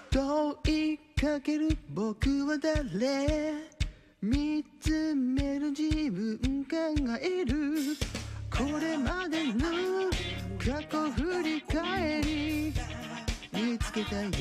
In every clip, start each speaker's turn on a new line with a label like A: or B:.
A: 問いかける僕は誰？見つめる自分考えるこれまでの過去振り返り見つけたよ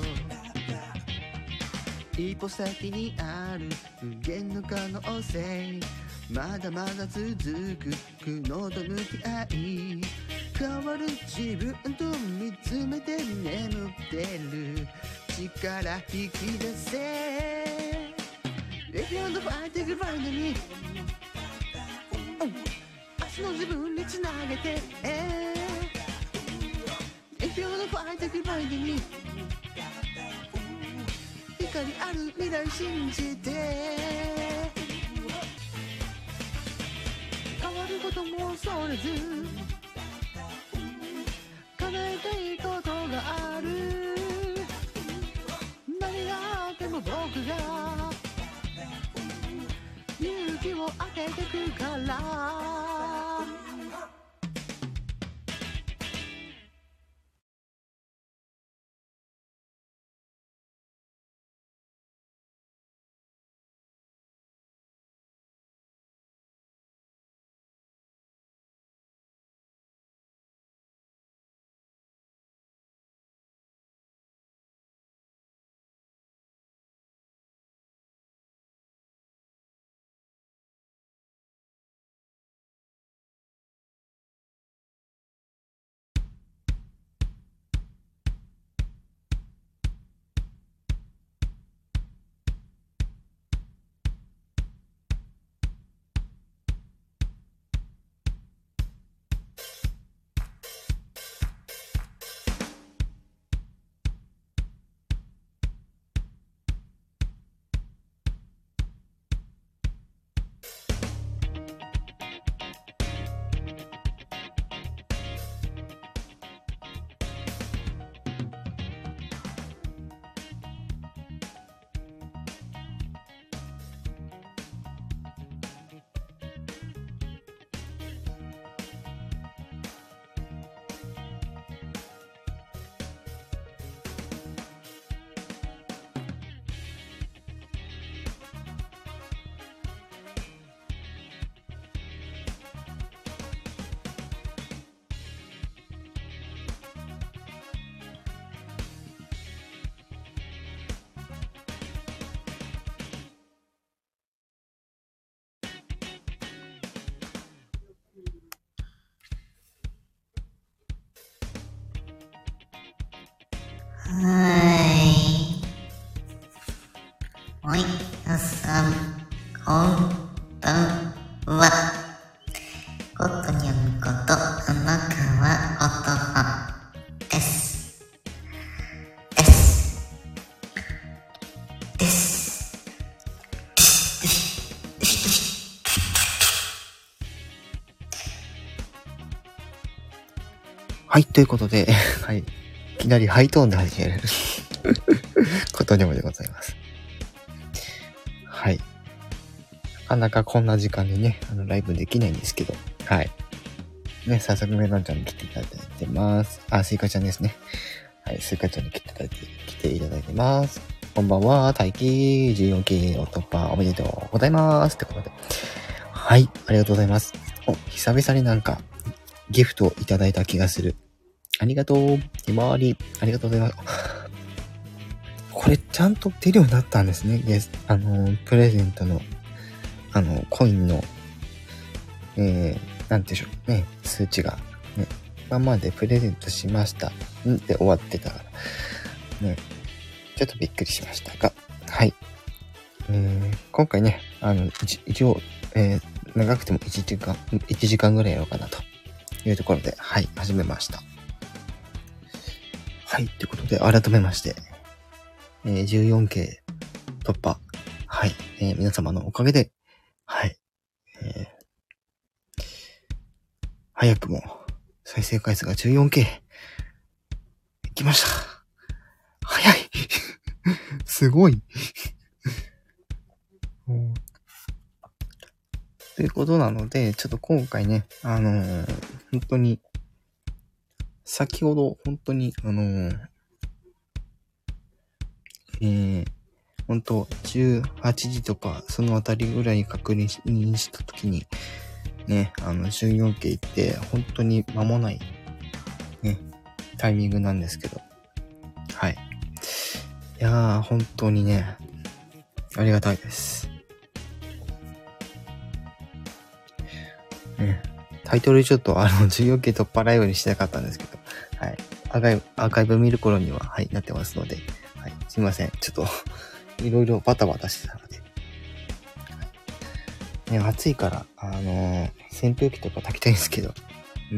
A: 一歩先にある無限の可能性まだまだ続く苦悩と向き合い変わる自分と見つめて眠ってる力引き出せ If you don't fight, take it right me 明日の自分につなげて If you don't fight, take it right me 光ある未来信じて変わることも恐れず叶えたいことがある何があっても僕が勇気を与えてくから
B: はい、皆さん、こんばんは。ことにゃむこと花川音葉です。
A: はい、ということで、はい。いきなりハイトーンで始めることにもでございます。はい。なかなかこんな時間にね、ライブできないんですけど、はい。ね、早速メロンちゃんに来ていただいてます。あ、スイカちゃんですね。はい、スイカちゃんに来ていただいてます。こんばんは、待機14期を突破おめでとうございます。ってことで。はい、ありがとうございます。久々になんか、ギフトをいただいた気がする。ありがとう。ひまわり。ありがとうございます。これちゃんと出るようになったんですね。プレゼントの、コインの、なんていうんでしょうね。数値が、ね。今までプレゼントしました。で終わってたから。ね。ちょっとびっくりしましたが。はい。今回ね、一応、長くても1時間ぐらいやろうかなというところで、はい、始めました。はい、ということで、改めまして、14K 突破。はい、皆様のおかげで、はい、早くも再生回数が 14K いきました。早いすごいということなので、ちょっと今回ね、本当に、先ほど本当に、 ほんと、18時とか、そのあたりぐらいに確認したときに、ね、14系行って、本当に間もない、ね、タイミングなんですけど。はい。いやー、本当にね、ありがたいです。ね、タイトルちょっと14系取っ払うようにしたかったんですけど、はい。アーカイブ見る頃には、はい、なってますので、はい。すいません。ちょっと、いろいろバタバタしてたので。ね、暑いから、扇風機とか炊きたいんですけど、うん。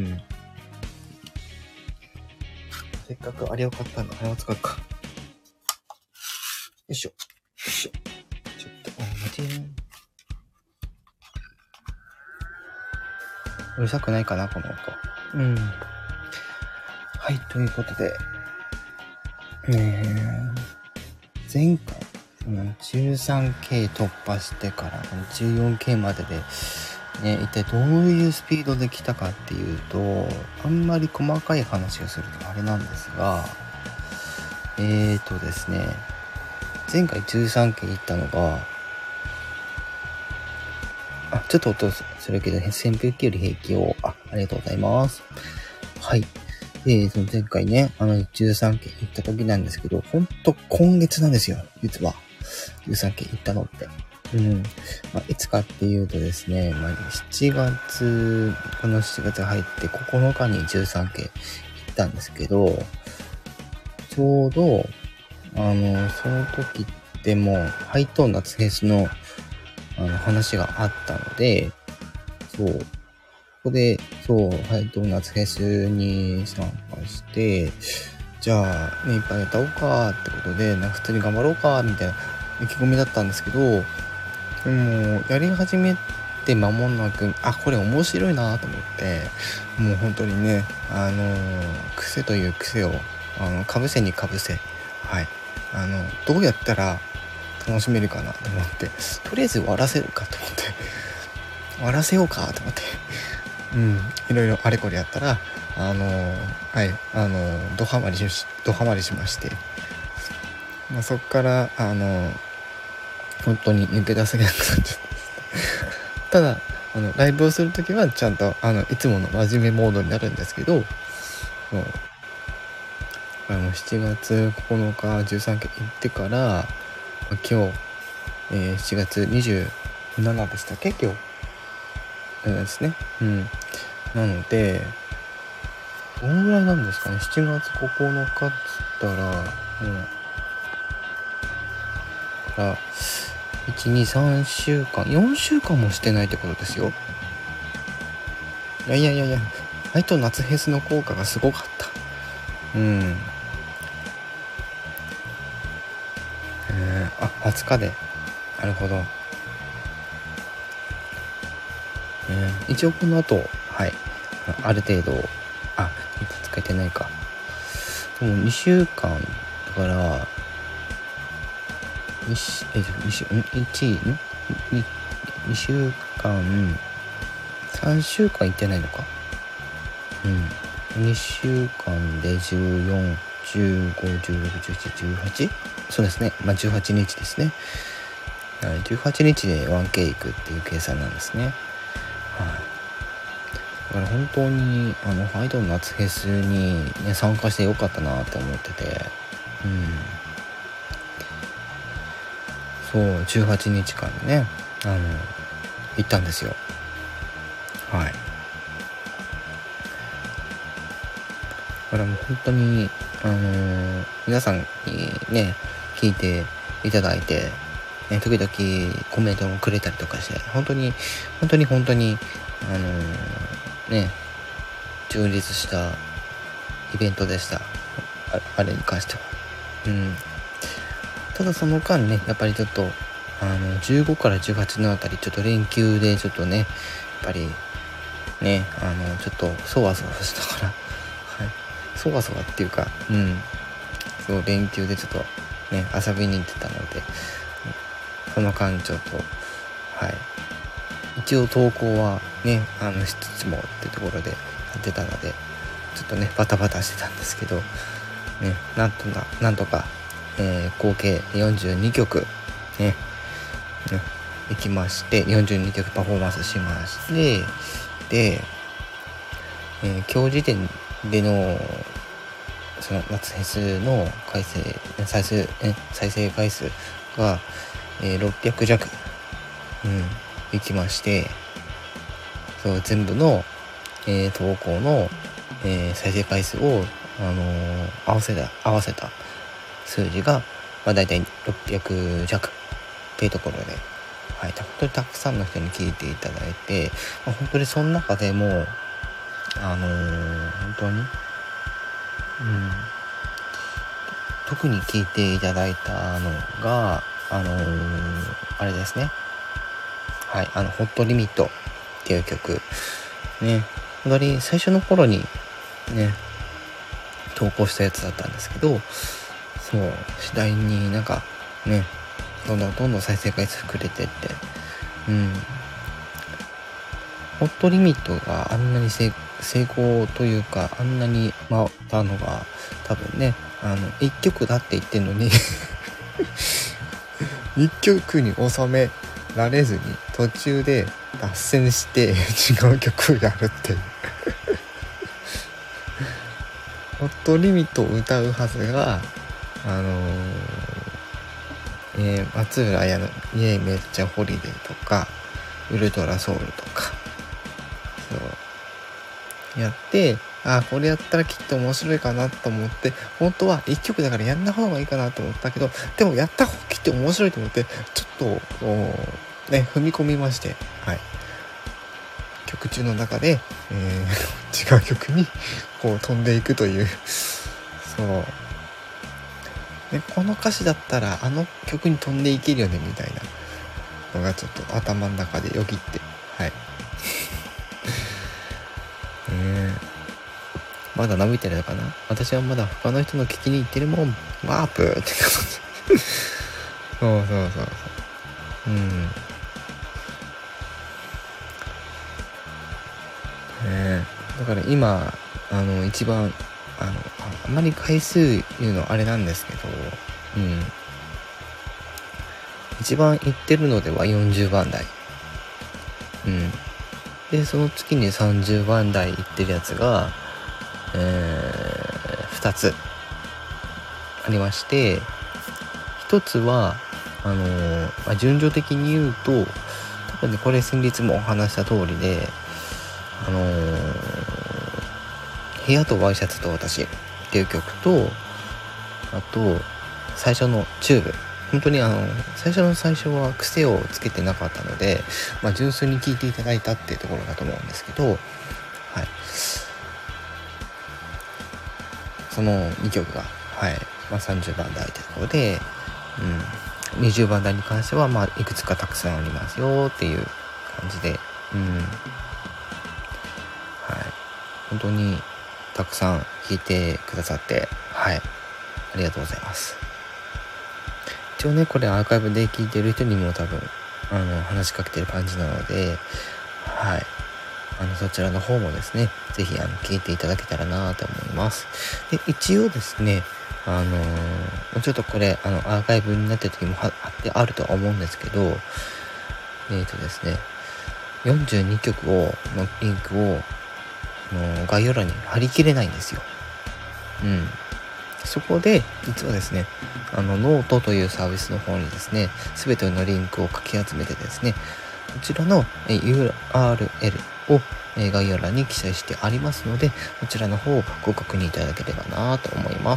A: せっかくあれを買ったんだ。あれを使うか。よいしょ。よいしょ。ちょっと、待てよ。うるさくないかな、この音。うん。はい、ということで、前回、13K 突破してから 14K までで、ね、一体どういうスピードで来たかっていうと、あんまり細かい話をするとあれなんですが、ですね、前回 13K 行ったのが、ちょっと音するけど、扇風機より平気を、ありがとうございます。はい。その前回ね、13件行った時なんですけど、ほんと今月なんですよ、実は。13件行ったのって。いつかっていうとですね、この7月入って9日に13件行ったんですけど、ちょうど、その時ってもう、ハイトーン夏フェスの、話があったので、そう、ここで、ハイトーン夏フェスに参加して、じゃあ、ね、いっぱい歌おうかってことで、普通に頑張ろうか、みたいな意気込みだったんですけど、もう、やり始めて間もなく、これ面白いなと思って、もう本当にね、癖という癖を、かぶせにかぶせ、はい。どうやったら楽しめるかなと思って、とりあえず終わらせるかと思って、終わらせようかと思って、いろいろあれこれやったら、ドハマりしまして、そっから、本当に抜け出せなくなっちゃった。ただ、ライブをするときはちゃんと、いつもの真面目モードになるんですけど、7月9日13件行ってから、今日、7月27でしたっけ今日ですね。なので、どんぐらいなんですかね。7月9日っつったら、1、2、3週間、4週間もしてないってことですよ。いや、ハイト夏フェスの効果がすごかった。20日で。なるほど。一応この後、はい。ある程度、使えてないか。でも2週間、だから、2週間、3週間行ってないのか。2週間で14、15、16、17、18? そうですね。18日ですね。18日で 1K 行くっていう計算なんですね。だから本当にハイドの夏フェスに、ね、参加してよかったなって思ってて、18日間ね行ったんですよ。はい。だからもう本当に皆さんにね聞いていただいて、時々コメントもくれたりとかして、本当に充実したイベントでした。あれに関しては。ただその間ね、やっぱりちょっと15から18のあたりちょっと連休でちょっとね、やっぱりね、ちょっとそわそわしたから、はい、そわそわっていうか、そう連休でちょっとね遊びに行ってたので、その間ちょっと一応投稿はねしつつもってところでやってたので、ちょっとねバタバタしてたんですけどね、なんとか合計42曲ね、行きまして、42曲パフォーマンスしまして、で、今日時点でのその夏フェスの再生回数が、600弱、行きまして、そう全部の、投稿の、再生回数を、合わせた数字が、だいたい600弱っていうところで、本当にたくさんの人に聞いていただいて、本当にその中でも本当に、特に聞いていただいたのがあれですね、ホットリミットっていう曲ね、本当に最初の頃にね投稿したやつだったんですけど、そう次第になんかねどんどん再生回数くれてって、ホットリミットがあんなに成功というか、あんなに回ったのが多分ね、1曲だって言ってんのに1曲に収められずに途中で脱線して違う曲をやるっていうホットリミットを歌うはずが松浦綾のイエイめっちゃホリデーとかウルトラソウルとかそうやって、これやったらきっと面白いかなと思って、本当は1曲だからやんない方がいいかなと思ったけど、でもやった方がきっと面白いと思ってちょっと踏み込みまして、曲中の中で、違う曲にこう飛んでいくというそうね、この歌詞だったらあの曲に飛んでいけるよねみたいなのがちょっと頭の中でよぎって、まだ伸びてるのかな。私はまだ他の人の聞きに行ってるもん、ワープってそうだから今一番あんまり回数言うのあれなんですけど、一番行ってるのでは40番台、でその月に30番台行ってるやつが、2つありまして、1つは順序的に言うと多分ね、これ先日もお話した通りで部屋とワイシャツと私っていう曲と、あと最初のチューブ、本当に最初は癖をつけてなかったので、純粋に聴いていただいたっていうところだと思うんですけど、その2曲が30番台ってところで、20番台に関してはいくつかたくさんありますよっていう感じで、本当にたくさん聴いてくださってありがとうございます。一応ね、これアーカイブで聴いてる人にも多分話しかけてる感じなので、そちらの方もですね、ぜひ聞いていただけたらなと思います。で、一応ですね、ちょっとこれアーカイブになってる時も貼ってあるとは思うんですけど、ですね、42曲のリンクを概要欄に貼り切れないんですよ。そこで実はですね、ノートというサービスの方にですね、すべてのリンクをかき集めてですね、こちらの URL を概要欄に記載してありますので、こちらの方をご確認いただければなと思います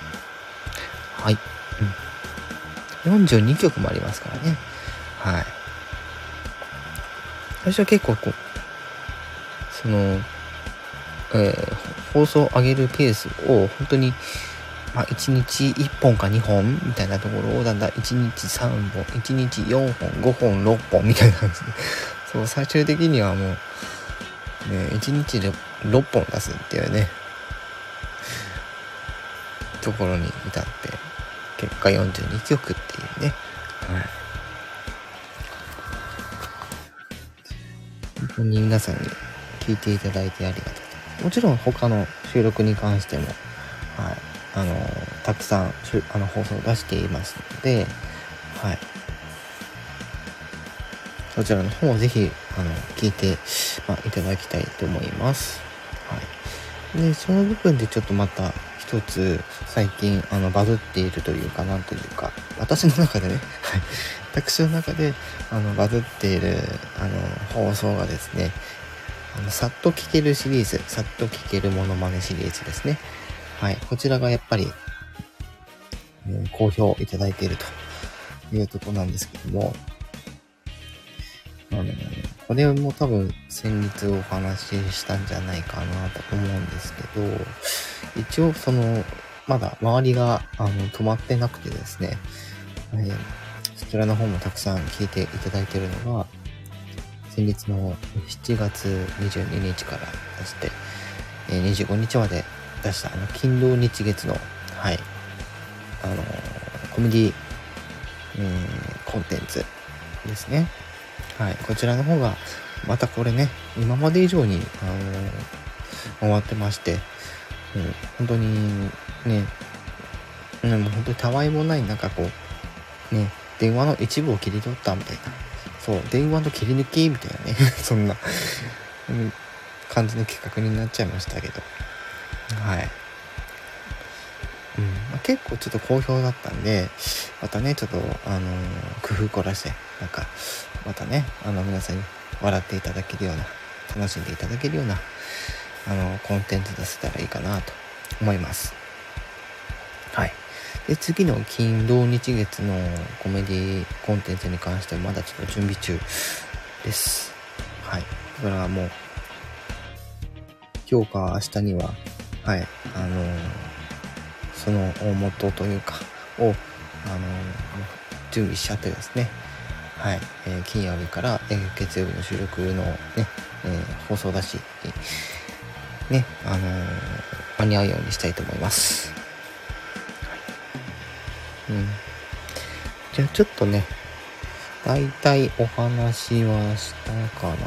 A: 。42曲もありますからね。最初は結構放送上げるペースを本当に1日1本か2本みたいなところをだんだん1日3本、1日4本、5本、6本みたいな感じで、そう最終的にはもうね1日で6本出すっていうねところに至って、結果42曲っていうね、本当に皆さんに聞いていただいてありがとう。もちろん他の収録に関してもたくさん放送を出していますので、はい。そちらの方をぜひ聞いて、いただきたいと思います。はい。で、その部分でちょっとまた一つ最近バズっているというか、なんというか、私の中でね、はい。私の中でバズっている放送がですね、さっと聞けるシリーズ、さっと聞けるモノマネシリーズですね。はい。こちらがやっぱり、好評いただいているというところなんですけども、これも多分先日お話ししたんじゃないかなと思うんですけど、一応まだ周りが止まってなくてですね、そちらの方もたくさん聞いていただいているのが、先日の7月22日から出して、25日まで出した金土日月の、はい、コメディ、コンテンツですね。はい、こちらの方がまたこれね、今まで以上に終わってまして、本当にね、もう本当にたわいもない電話の一部を切り取ったみたいな、そう電話の切り抜きみたいなねそんな感じの企画になっちゃいましたけど、はい。結構ちょっと好評だったんで、またね、ちょっと工夫凝らして、またね、皆さんに笑っていただけるような、楽しんでいただけるような、コンテンツ出せたらいいかなと思います。はい。で、次の金土日月のコメディコンテンツに関してはまだちょっと準備中です。はい。だからもう、今日か明日には、はい、その大元というか、を、準備しちゃってですね、はい、金曜日から、月曜日の収録のね、放送だし、ね、間に合うようにしたいと思います。はい。じゃあちょっとね、だいたいお話はしたかな？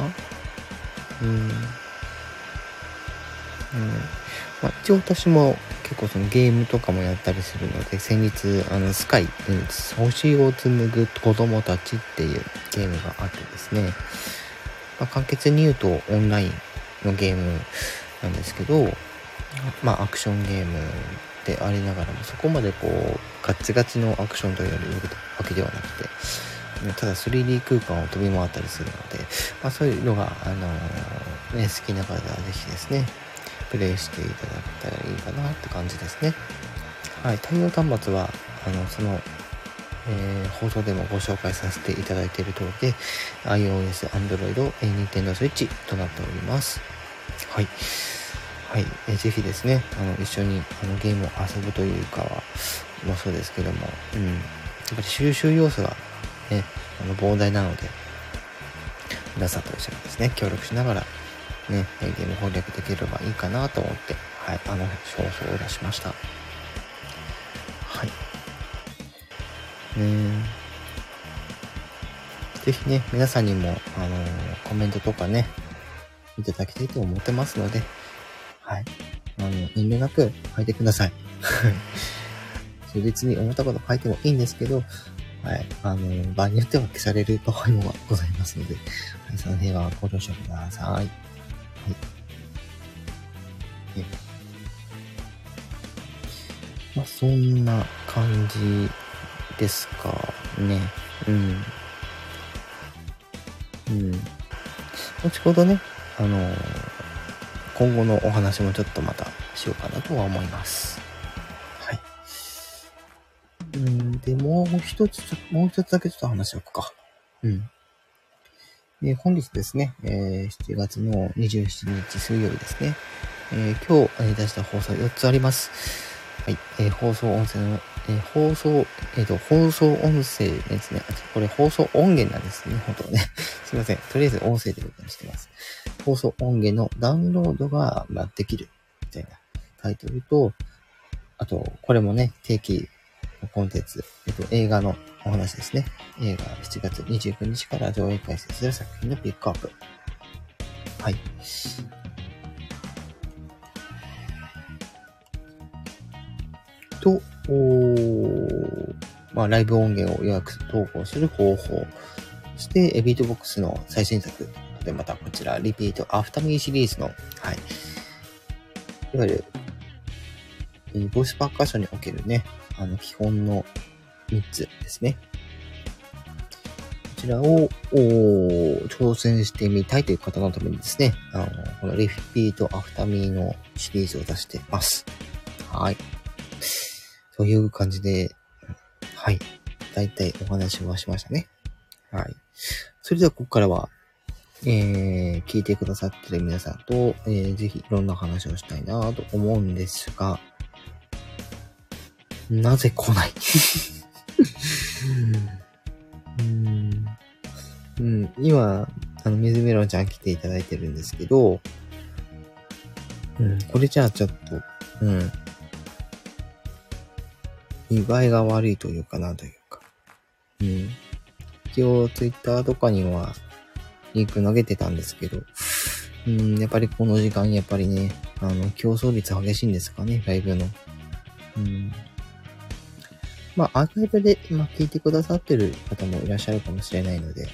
A: 一応私も結構ゲームとかもやったりするので、先日スカイ、星を紡ぐ子供たちっていうゲームがあってですね、簡潔に言うとオンラインのゲームなんですけど、アクションゲームでありながらも、そこまでガッチガチのアクションというわけではなくて、ただ 3D 空間を飛び回ったりするので、そういうのが好きな方はぜひですね、プレイしていただけたらいいかなって感じですね。はい、対応端末は放送でもご紹介させていただいている通りで iOS、Android、Nintendo Switch となっております。はい、はい、ぜひですね一緒にゲームを遊ぶというかはそうですけども、やっぱり収集要素がね膨大なので、皆さんと一緒にですね協力しながらね、ゲーム攻略できればいいかなと思って、はい、詳細を出しました。はい。ぜひね、皆さんにも、コメントとかね、いただきたいと思ってますので、はい。遠慮なく書いてください。別に思ったこと書いてもいいんですけど、はい。場合によっては消される場合もございますので、はい、その辺はご了承ください。はい。そんな感じですかね。後ほどね、今後のお話もちょっとまたしようかなとは思います。はい。で、もう一つだけちょっと話しておくか。本日ですね、7月の27日水曜日ですね。今日出した放送4つあります。はい。放送音声の、放送音声ですね。これ放送音源なんですね。本当はね。すいません。とりあえず音声で録音してます。放送音源のダウンロードが、できる。みたいなタイトルと、あと、これもね、定期コンテンツ、映画のお話ですね。映画7月29日から上映開始する作品のピックアップ。はい。とライブ音源を予約投稿する方法。そして、ビートボックスの最新作で、またこちら、リピートアフターミーシリーズの、はい。いわゆる、ボイスパーカッションにおけるね、基本の3つですね。こちらを、挑戦してみたいという方のためにですね、このリピートアフターミーのシリーズを出してます。はい。という感じで、はい。だいたいお話はしましたね。はい。それではここからは、聞いてくださっている皆さんと、ぜひいろんな話をしたいなと思うんですが、なぜ来ない今、水メロンちゃん来ていただいてるんですけど、これじゃあちょっと、見栄えが悪いというかなというか、一応ツイッターとかにはリンク投げてたんですけど、やっぱりこの時間やっぱりね、競争率激しいんですかね、ライブの。アーカイブで今聞いてくださってる方もいらっしゃるかもしれないので、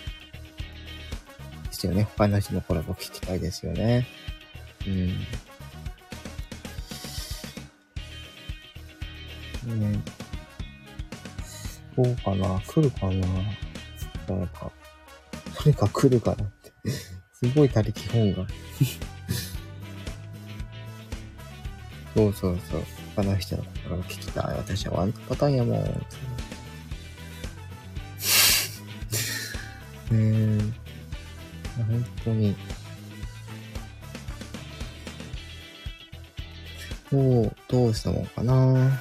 A: ですよね。他の人のコラボ聞きたいですよね。どうかな？来るかな？誰か来るかなって。すごい他力本願。そう。他の人のコラボ聞きたい。私はワンパターンやもん。本当に。どうしたもんかな。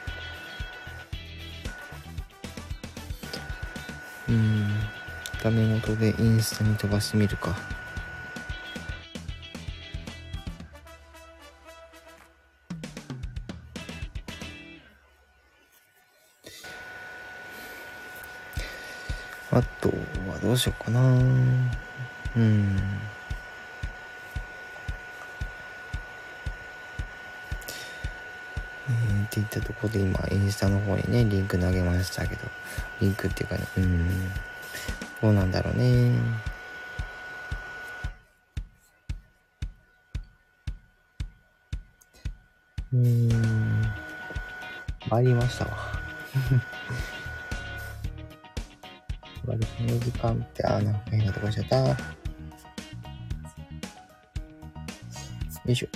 A: 画面元でインスタに飛ばしてみるか。あとはどうしようかな。っていったところで今インスタの方にねリンク投げましたけど、リンクっていうかね、どうなんだろうね。参りましたわ。この時間ってなんか変なとこしちゃった。よいしょ。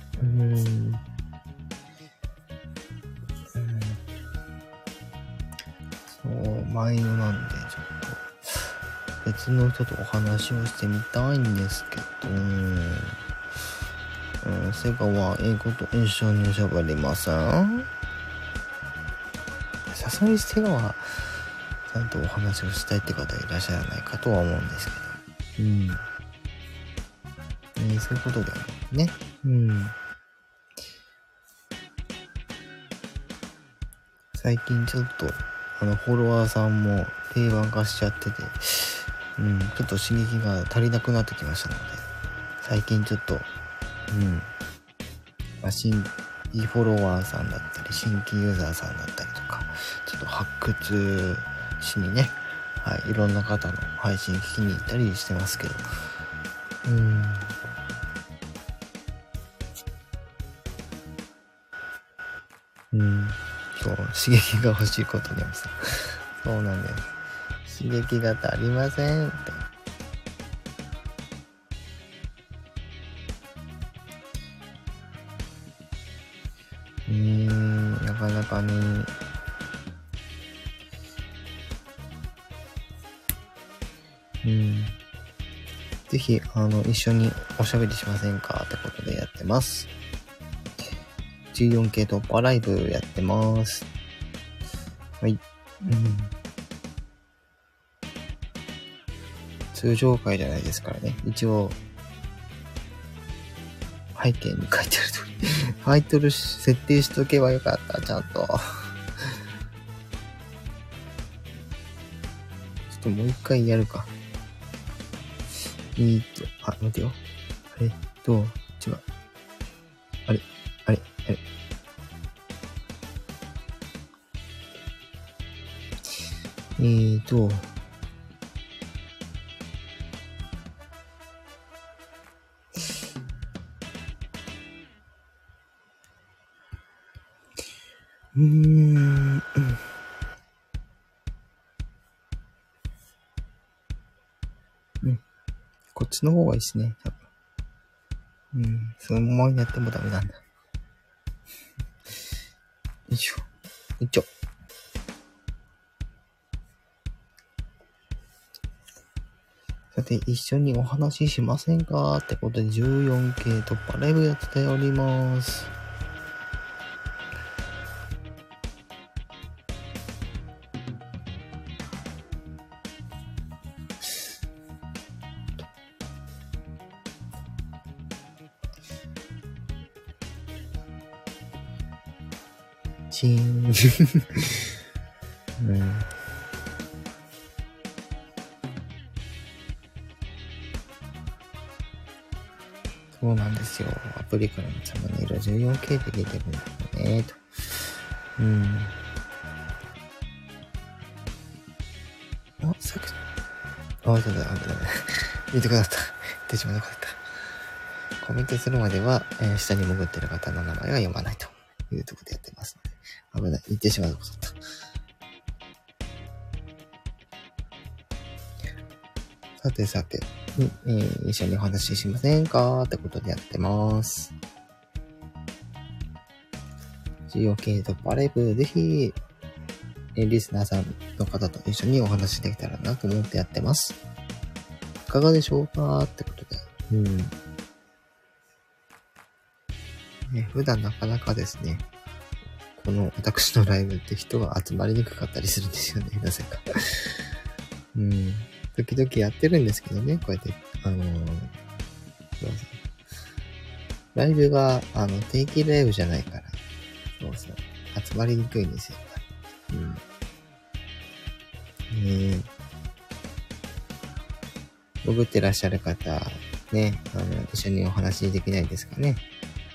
A: 前のなんでちょっと別の人とお話をしてみたいんですけど、瀬川英語と一緒に喋りません？さすがに瀬川ちゃんとお話をしたいって方いらっしゃらないかとは思うんですけど、そういうことだよね。最近ちょっとフォロワーさんも定番化しちゃってて、ちょっと刺激が足りなくなってきましたので、最近ちょっと、新規フォロワーさんだったり、新規ユーザーさんだったりとか、ちょっと発掘しにね、いろんな方の配信聞きに行ったりしてますけど、そう、刺激が欲しいことにはさ、そうなんです。刺激が足りませんって。なかなかね。ぜひ、一緒におしゃべりしませんかってことでやってます。14K 突破ライブやってます。はい。通常回じゃないですからね。一応、背景に書いてある通り。タイトル設定しとけばよかった、ちゃんと。ちょっともう一回やるか。待てよ。違う。 こっちの方がいいですね、多分。そのままやってもダメなんだ。よいしょ。よいしょ。さて、一緒にお話ししませんかってことで 14K 突破ライブやっております。チーン。そうなんですよ。アプリからのサムネイル 14K で出てるんだよね、と。さっき、そうだ。見てくださった。言ってしまうかった。コメントするまでは、下に潜ってる方の名前は読まないというところでやってますので、危ない。言ってしまうことだった。さて、一緒にお話ししませんかってことでやってます。GOK 突破ライブ、ぜひ、リスナーさんの方と一緒にお話しできたらなと思ってやってます。いかがでしょうかってことで。普段なかなかですね、この私のライブって人が集まりにくかったりするんですよね、なぜか。時々やってるんですけどね、こうやって、ライブが、定期ライブじゃないから、集まりにくいんですよ。潜ってらっしゃる方、ね、一緒にお話できないですかね。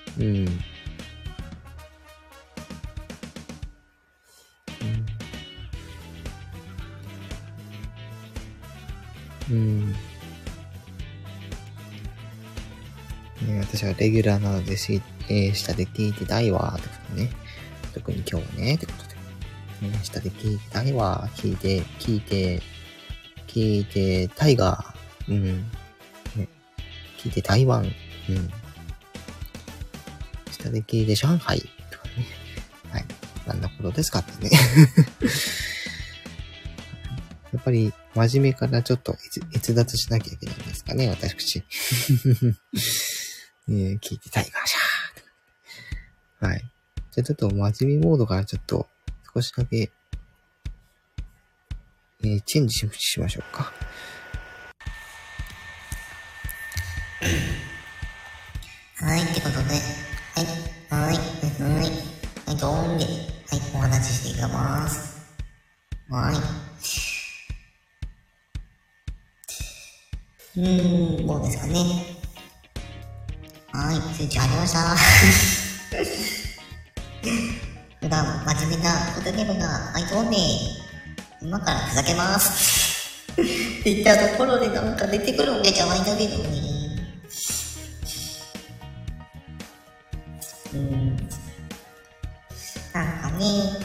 A: 私はレギュラーなので下で聞いてたいわーってことね。特に今日はね、ってことで。下で聞いてたいわー。聞いてタイガー。聞いて台湾。下で聞いて上海。とかね。はい。何のことですかってね。やっぱり真面目からちょっと逸脱しなきゃいけないんですかね、私。聞いてタイガーシャー。はい。じゃあちょっと真面目モードからちょっと少しだけ、チェンジしましょうか。
B: はい、ってことで、どんで、お話ししていきます。どうですかね。スイッチ入りました。普段真面目なことゲームが、どんで、今からふざけます。って言ったところでなんか出てくるわけじゃないんだけどね。なんかね、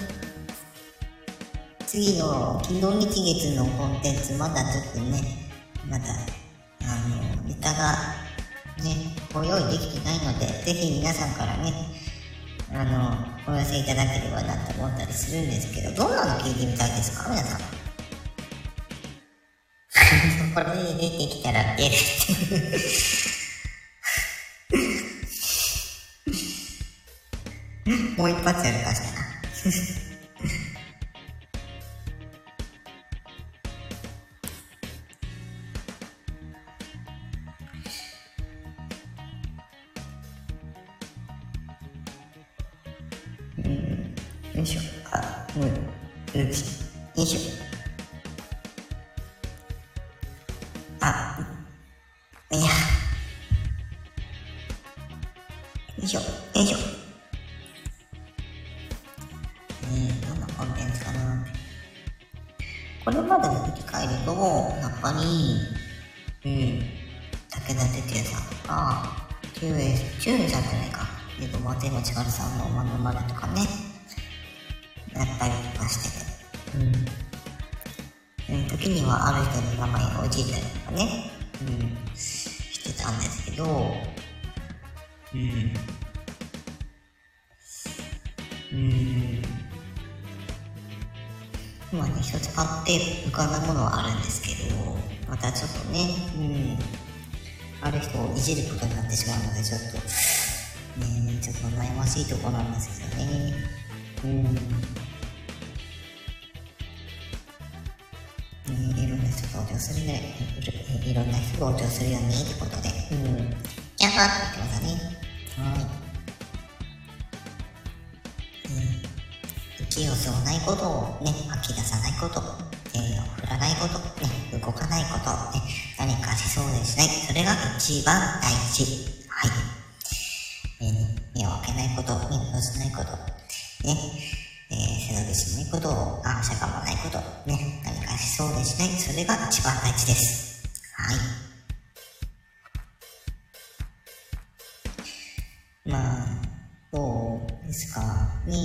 B: 次の金土日月のコンテンツまだちょっとね、まだネタがね、ご用意できてないので、ぜひ皆さんからね、お寄せいただければなと思ったりするんですけど、どんなの聞いてみたいですか皆さん。これで出てきたら出るってもう一発やるかしたな。よいしょ。よいしょ。いや。よいしょ。どんなコンテンツかな。 これまでの振り返ると、やっぱり、武田鉄矢さんとか、中英さんじゃないか、松山千春さんのまるまるとかね、やったりとかしてて、時にはある人の名前を教えたりとかね、してたんですけど、今ね、一つパッて浮かんだものはあるんですけど、またちょっとね、ある人をいじることになってしまうので、ちょっと悩ましいところなんですけどね。いろんな人が登場するね。いろんな人が登場するよねってことで。やっはーって言ってましたね。息を吸わないことをね、吐き出さないこと、手を振らないこと、ね、動かないこと、ね、何かしそうでしない。それが一番大事。はい。目を開けないこと、目を閉じないこと、ね、背伸びしないこと、しゃがまないこと、ね、何かしそうでしない。それが一番大事です。はい。どうですかね。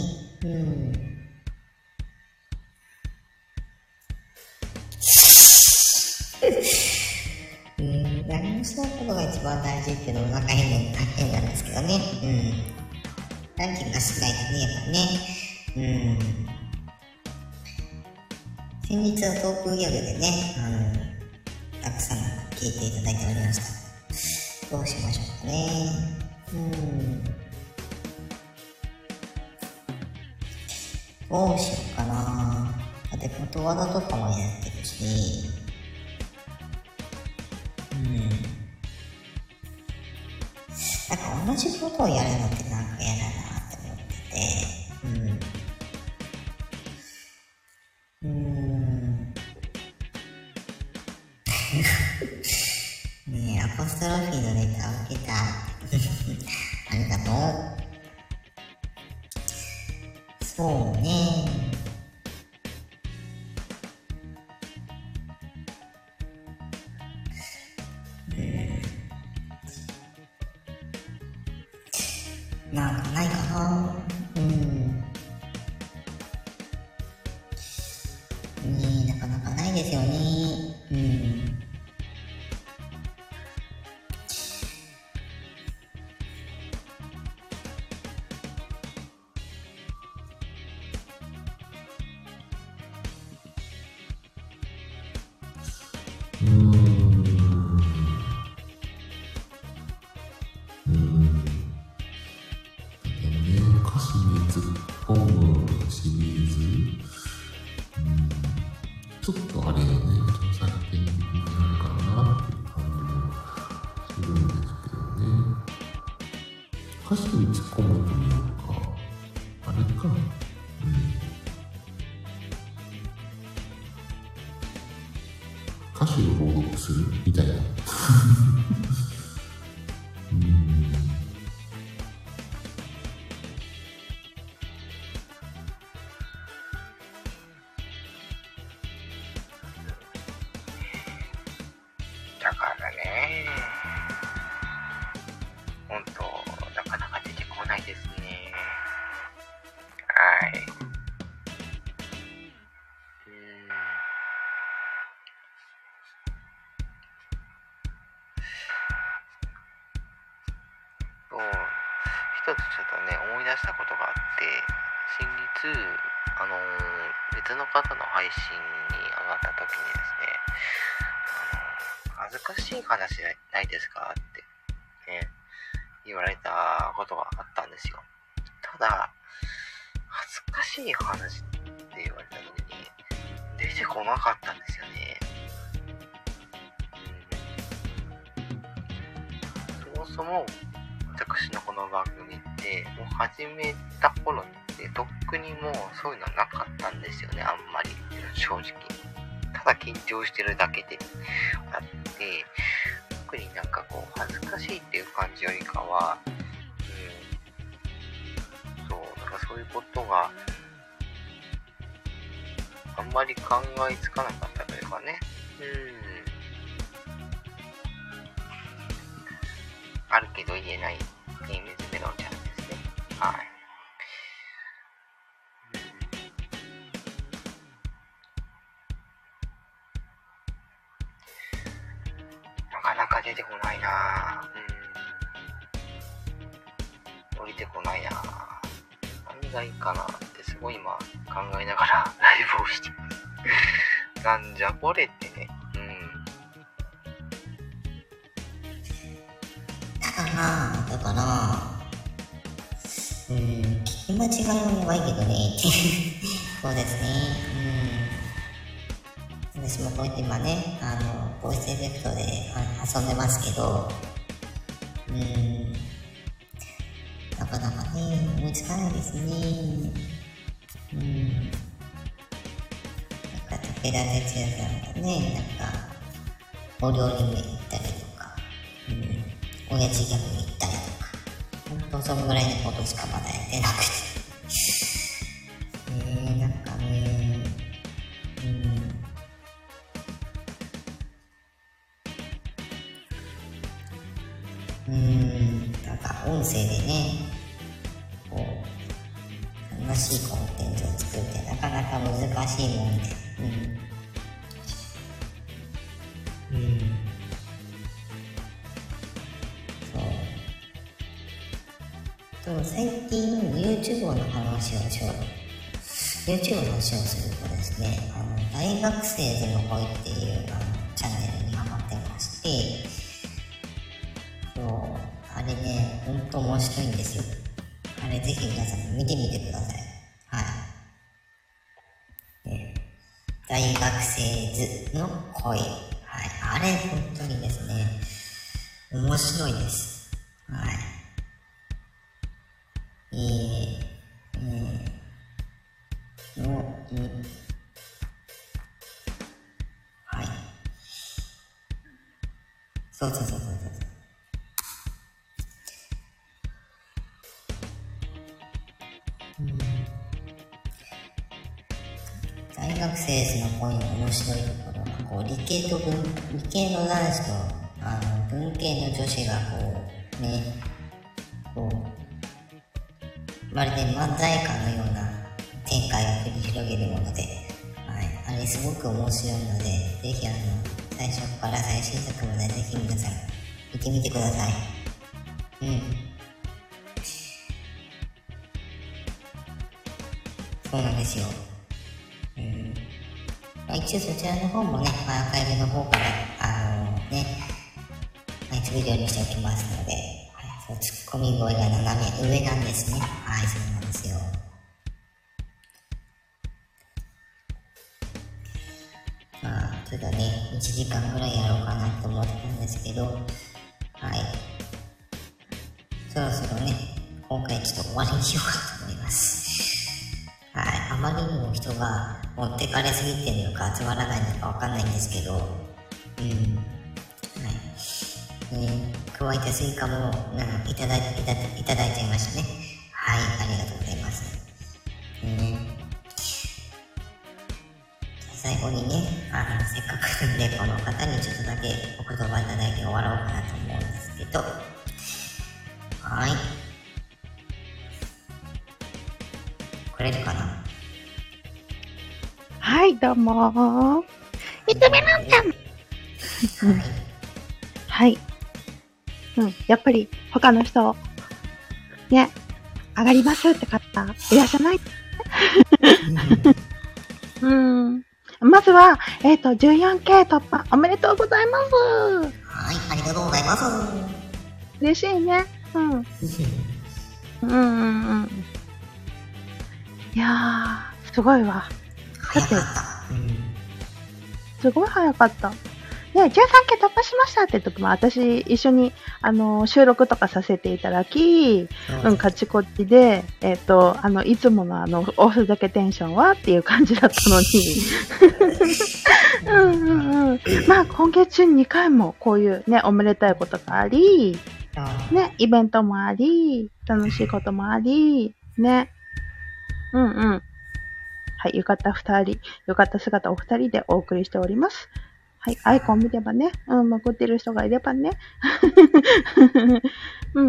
B: 何もしないことが一番大事っていうのもなんか変なんですけどね。何かしないとね、やっぱね。先日はトークギャグでね、たくさん聞いていただいておりました。どうしましょうかね。どうしようかな。だってことわざとかもやってるし、なんか同じことをやるのってなんか嫌だなって思ってて、ねえ、アポストロフィーのネタを受けた。ありがとう。そうね。なんかないかな。なかなかないですよね。
C: 歌詞に突っ込むシリーズ、ちょっとあれよね、著作権的にあるかなっていう感じもするんですけどね。歌詞に突っ込むというか、あれか、歌詞を朗読するみたいな。
A: だからね、ほんと、なかなか出てこないですね。はい。一つちょっとね、思い出したことがあって、先日、別の方の配信に上がった時にですね、恥ずかしい話ないですかって、ね、言われたことがあったんですよ。ただ、恥ずかしい話って言われた時に、出てこなかったんですよね。そもそも、私のこの番組ってもう始めた頃ってとっくにもうそういうのなかったんですよね、あんまり正直。ただ緊張してるだけであって、特になんかこう恥ずかしいっていう感じよりかは、なんかそういうことがあんまり考えつかなかったというかね。あるけど言えないゲームズメロンちゃんですね。はい。なかなか出てこないな降りてこないな何がいいかなってすごい今考えながらライブをしてます。なんじゃこれってね。
B: だから聞き間違いも弱いけどねそうですね。私もこうやって今ねボイスエフェクトで遊んでますけどなかなかね思いつかないですね。なんか武田鉄矢さんがねお料理も行ったりとか親父ギャグに行ったりとかほんとそのぐらいのことしかまだやってなくてなんかねなんか音声でねこう楽しいコンテンツを作ってなかなか難しいもんで最近 YouTube の話をするとですね大学生ズの恋っていうチャンネルにハマってましてあれねほんと面白いんですよ。あれぜひ皆さん見てみてください。大学生ズの恋、あれ本当にですね面白いです。そう大学生ズの恋の面白いところはこう理系の男子と文系の女子がまるで漫才家のような展開を繰り広げるもので、あれすごく面白いのでぜひ最初から最新作までぜひ皆さん見てみてください。そうなんですよ。一応そちらの方もねアーカイブの方からツビデオにしておきますので、ツッコミ声が斜め上なんですね。そうなんですよ。ちょっとね1時間ぐらいやろうかなと思ってたんですけどそろそろね今回ちょっと終わりにしようかと思います。あまりにも人が持ってかれすぎてるのか集まらないのかわかんないんですけど加えてスイカもいただいちゃいましたね。ありがとうございます。最後にねせっかくなんでこの方にちょっとだけお言葉いただいて終わろうかなと思うんですけどくれるかな。
D: どうもいつめなんちゃんやっぱり他の人ね上がりますって方いらっしゃないまずは14K 突破おめでとうございます。
B: ありがとうございます。
D: 嬉しいね。いやーすごいわ。
B: 早かった。
D: すごい早かった。ね、13K 突破しましたって時も私一緒に収録とかさせていただき、カチコチでいつものオフだけテンションはっていう感じだったのにまあ今月中に2回もこういうねおめでたいことがありねイベントもあり楽しいこともありねはい、浴衣姿お二人でお送りしております。はい、アイコン見ればね、潜ってる人がいればね。うん。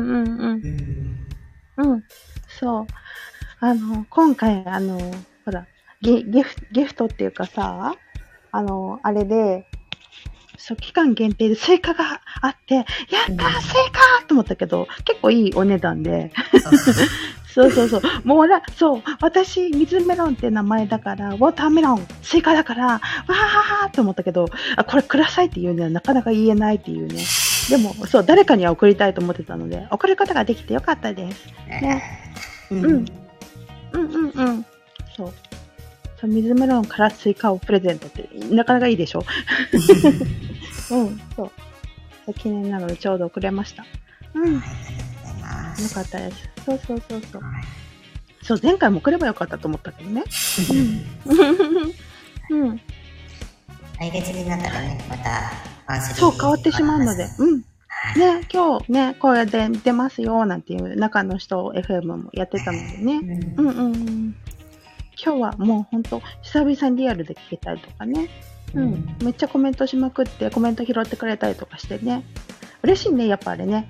D: そう。今回、ほら、ギフトっていうかさ、あれで、そう、期間限定でスイカがあって、やったー、スイカと思ったけど、結構いいお値段で。そう。もうそう、私、水メロンって名前だから、ウォーターメロン、スイカだから、わーと思ったけど、これくださいっていうにはなかなか言えないっていうね。でも、そう、誰かには送りたいと思ってたので、送ることができてよかったです。ね。そう。水メロンからスイカをプレゼントってなかなかいいでしょ。そう。記念なのでちょうどくれました。よかったです。そう。そう、前回もくればよかったと思ったけどね。
B: 来月になったらね、また
D: そう、変わってしまうので。ね、今日ね、これで出ますよ、なんていう中の人 FM もやってたのでね。今日はもうほんと久々にリアルで聞けたりとかね。めっちゃコメントしまくってコメント拾ってくれたりとかしてね。嬉しいね、やっぱあれね。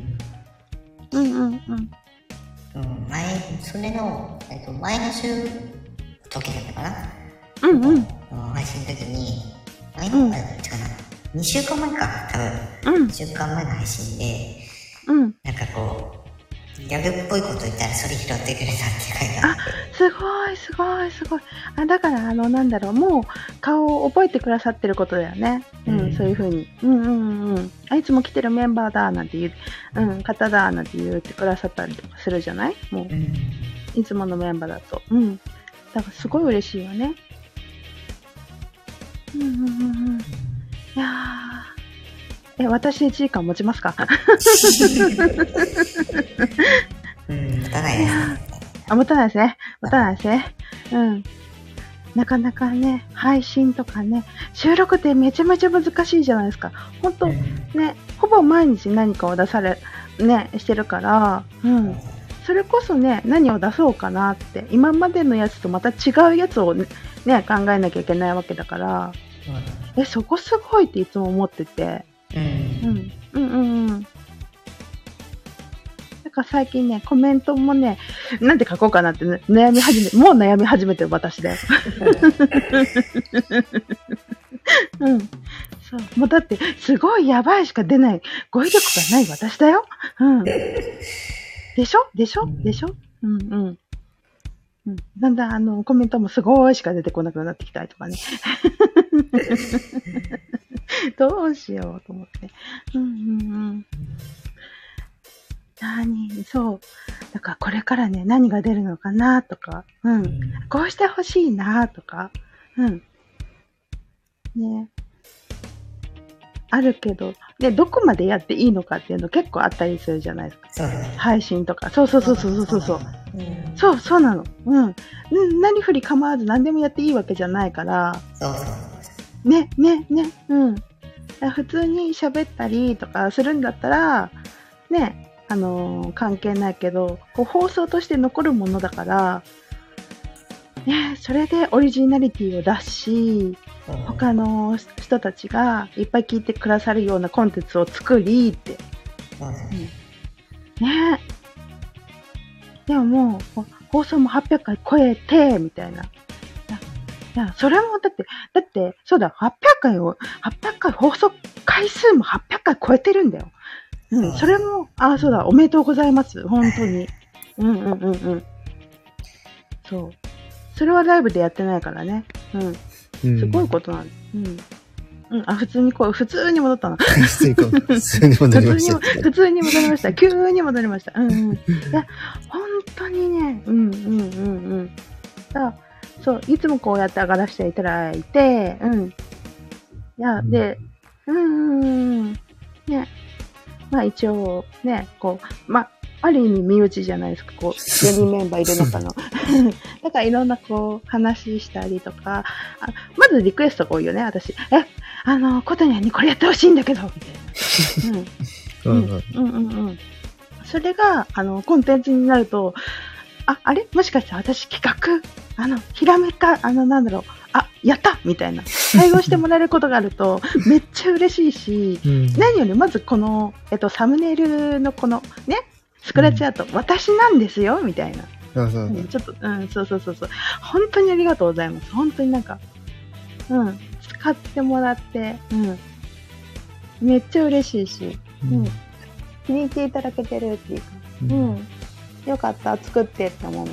B: それの、前の週時だったかな。配信の時に、違うな。2週間前か、多分。2週間前の配信で、なんかこう、ギャグっぽいこと言ったらそれ拾ってくれたっていう回があって。
D: すごい。だから、なんだろう、もう顔を覚えてくださってることだよね。そういう風に。いつも来てるメンバーだ、なんて言う、方だ、なんて言ってくださったりとかするじゃない？もう、いつものメンバーだと。だからすごい嬉しいよね。いやー。私1時間持ちますか？
B: 持たないですね。
D: 持たないですね。なかなかね、配信とかね、収録ってめちゃめちゃ難しいじゃないですか。ほんと、ね、ほぼ毎日何かを出され、ね、してるから、それこそね、何を出そうかなって、今までのやつとまた違うやつをね、考えなきゃいけないわけだから、そこすごいっていつも思ってて、なんか最近ね、コメントもね、なんて書こうかなって、ね、悩み始めてる私だよ。そう。もうだって、すごいやばいしか出ない、語彙力がない私だよ。でしょだんだんコメントもすごいしか出てこなくなってきたりとかね。どうしようと思って。そう。だからこれからね、何が出るのかなとか、こうしてほしいなとか、ね。あるけど、で、どこまでやっていいのかっていうの結構あったりするじゃないですか。配信とか。そう。そうなの。何振り構わず何でもやっていいわけじゃないから。ね。普通に喋ったりとかするんだったら、ね、関係ないけど、こう放送として残るものだから、ね、それでオリジナリティを出し、他の人たちがいっぱい聞いてくださるようなコンテンツを作りって。ね。でももう、放送も800回超えて、みたいな。いや、それもだって、そうだ、800回放送回数も800回超えてるんだよ。それも、そうだ、おめでとうございます。本当に。そう。それはライブでやってないからね。すごいことなんだ。普通に戻ったな。
A: 普通に戻りました。
D: 普通に戻りました。急に戻りました。いや、本当にね、そう、いつもこうやって上がらせていただいて、いや、で、ね、まあ一応、ね、こう、ある意味身内じゃないですか、こう、4人メンバーいる中の。だからいろんなこう、話したりとか、まずリクエストが多いよね、私。ことにゃんにこれやってほしいんだけど、みたいな。それが、コンテンツになると、 あれもしかして私企画、ひらめか、なんだろう、やったみたいな、対応してもらえることがあると、めっちゃ嬉しいし、何よりまずこの、サムネイルのこの、ね、スクラッチアート、私なんですよ、みたいな。
A: そうそうそう。
D: ちょっと、そう。本当にありがとうございます。本当になんか、使ってもらって、めっちゃ嬉しいし、気に入っていただけてるっていうか、よかった、作ってって思う。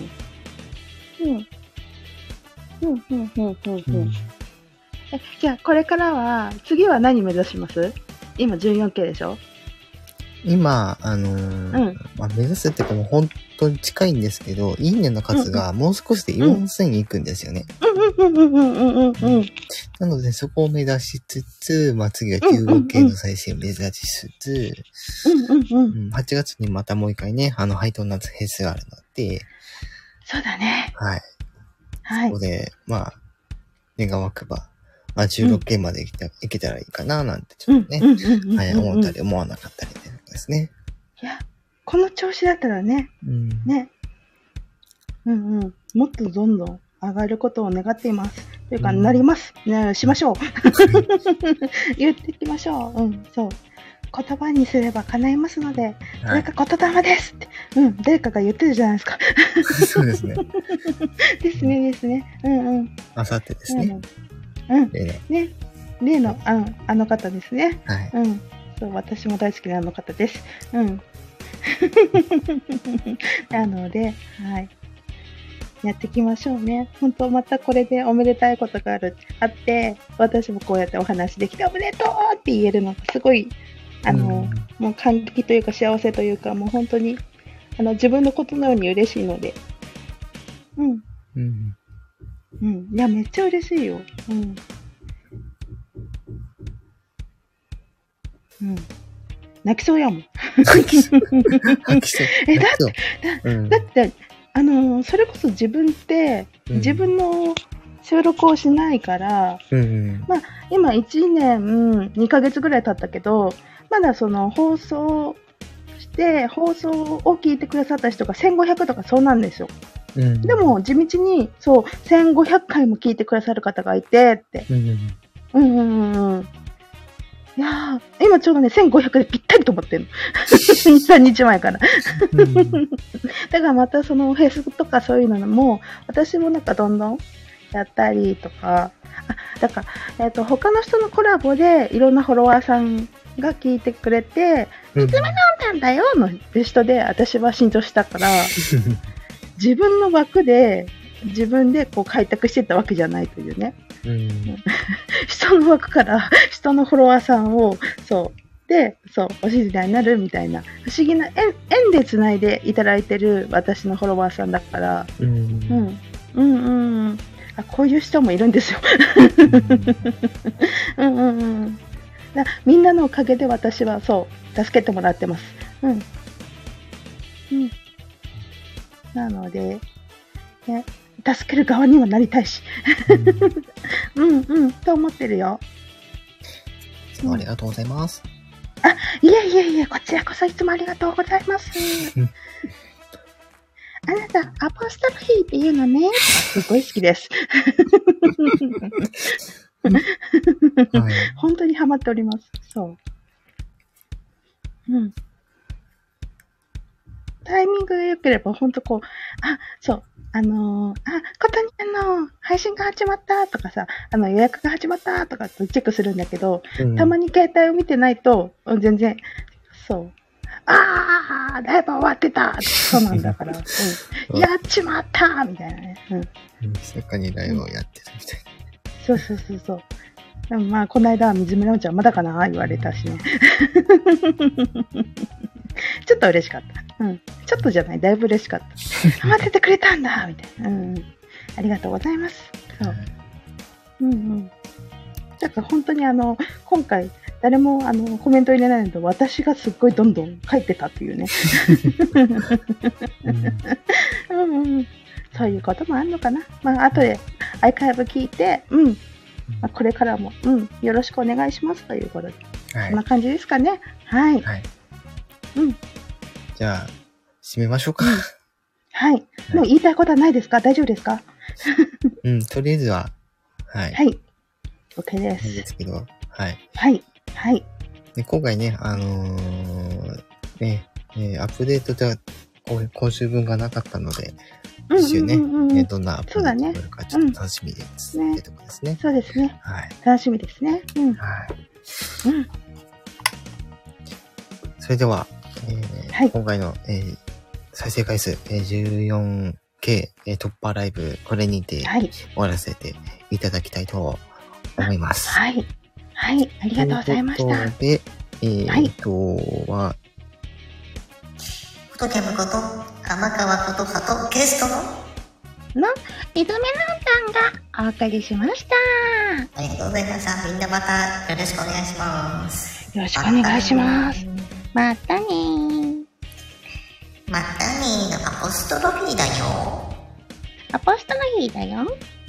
D: じゃあ、これからは、次は何目指します？今 14K でしょ？
A: 今、目指すっていうかもう本当に近いんですけど、いいねの数がもう少しで4000に行くんですよね。なので、そこを目指しつつ、次は 15K の再生を目指しつつ、8月にまたもう一回ね、ハイトーン夏フェスがあるので、
D: そうだね。
A: はい。
D: はい。
A: そこで、願わくば、16K までいけたらいいかな、なんてちょっとね、思ったり思わなかったりですね。
D: いや、この調子だったらね、もっとどんどん上がることを願っています。というか、なります。ね、しましょう。言っていきましょう。そう。言葉にすれば叶いますので、それが言霊ですって。誰かが言ってるじゃないですか。
A: そうですね。
D: ですね。
A: あさってですね。
D: 例の、あの方ですね。
A: はい。
D: そう、私も大好きなあの方です。なので、はい。やっていきましょうね。本当またこれでおめでたいことがあって、私もこうやってお話できておめでとうって言えるのがすごい、もう感激というか幸せというか、もう本当に、自分のことのように嬉しいので。いや、めっちゃ嬉しいよ。泣きそうやもん。
A: 泣きそう。
D: だって、それこそ自分って、自分の収録をしないから、今1年2ヶ月ぐらい経ったけど、まだその放送を聞いてくださった人が1500とかそうなんですよ。でも地道にそう1500回も聞いてくださる方がいてって。いやー、今ちょうどね、1500でぴったりと思ってるの。2、3日前から。だからまたそのフェイスとかそういうのも、私もなんかどんどんやったりとか、だから、他の人のコラボでいろんなフォロワーさんが聞いてくれて、いつも飲んだんだよの人で私は浸透したから、自分の枠で自分でこう開拓していったわけじゃないというね。人の枠から人のフォロワーさんをお知り合いになるみたいな不思議な縁でつないでいただいてる私のフォロワーさんだから、こういう人もいるんですよ。みんなのおかげで私は助けてもらってます。なので、ね、助ける側にはなりたいし。と思ってるよ。
A: ありがとうございます。
D: いえ、こちらこそいつもありがとうございます。あなた、アポストロフィーっていうのね。すごい好きです。本当にハマっております。タイミングが良ければ、本当ことに配信が始まったとかさ、予約が始まったとかチェックするんだけど、たまに携帯を見てないと、全然、ライブ終わってたそうなんだから、やっちまったみたいなね。
A: 密かにライブをやってるみたいな。
D: そう。でもこの間は水村ちゃんまだかな言われたしね。ちょっと嬉しかった。ちょっとじゃない、だいぶ嬉しかった。待っててくれたんだみたいな。ありがとうございます。だから本当に今回、誰もコメント入れないので、私がすっごいどんどん書いてたっていうね。そういうこともあるのかな。後でアーカイブ聞いて、これからも、よろしくお願いしますということで。そんな感じですかね。はい。
A: じゃあ、締めましょうか。
D: はい。もう言いたいことはないですか？大丈夫ですか？
A: うん、とりあえずは、はい。
D: はい。OK で。
A: いいですすけど、はい。
D: はい。はい。
A: で今回ね、ね、アップデートでは今週分がなかったので、一週ね、どんなアップデートになるかちょっと楽しみですっていうところですね。
D: そうですね。
A: はい。
D: 楽しみですね。うん。
A: はい。
D: うん。
A: それでは、
D: はい
A: 今回の、再生回数、14K、突破ライブ、これにて
D: はい。
A: 終わらせていただきたいと思います。
D: はい。はい。ありがとうございました。
A: ということで、は、
B: フォトキャムこと天川フォトハとゲストの
D: リズムランタンがお送りしました。
B: ありがとうございました。みんなまたよろしくお願いします。
D: よろしくお願いします。またねー。
B: またねーのアポストロフィーだよ。
D: アポストロフィーだよ。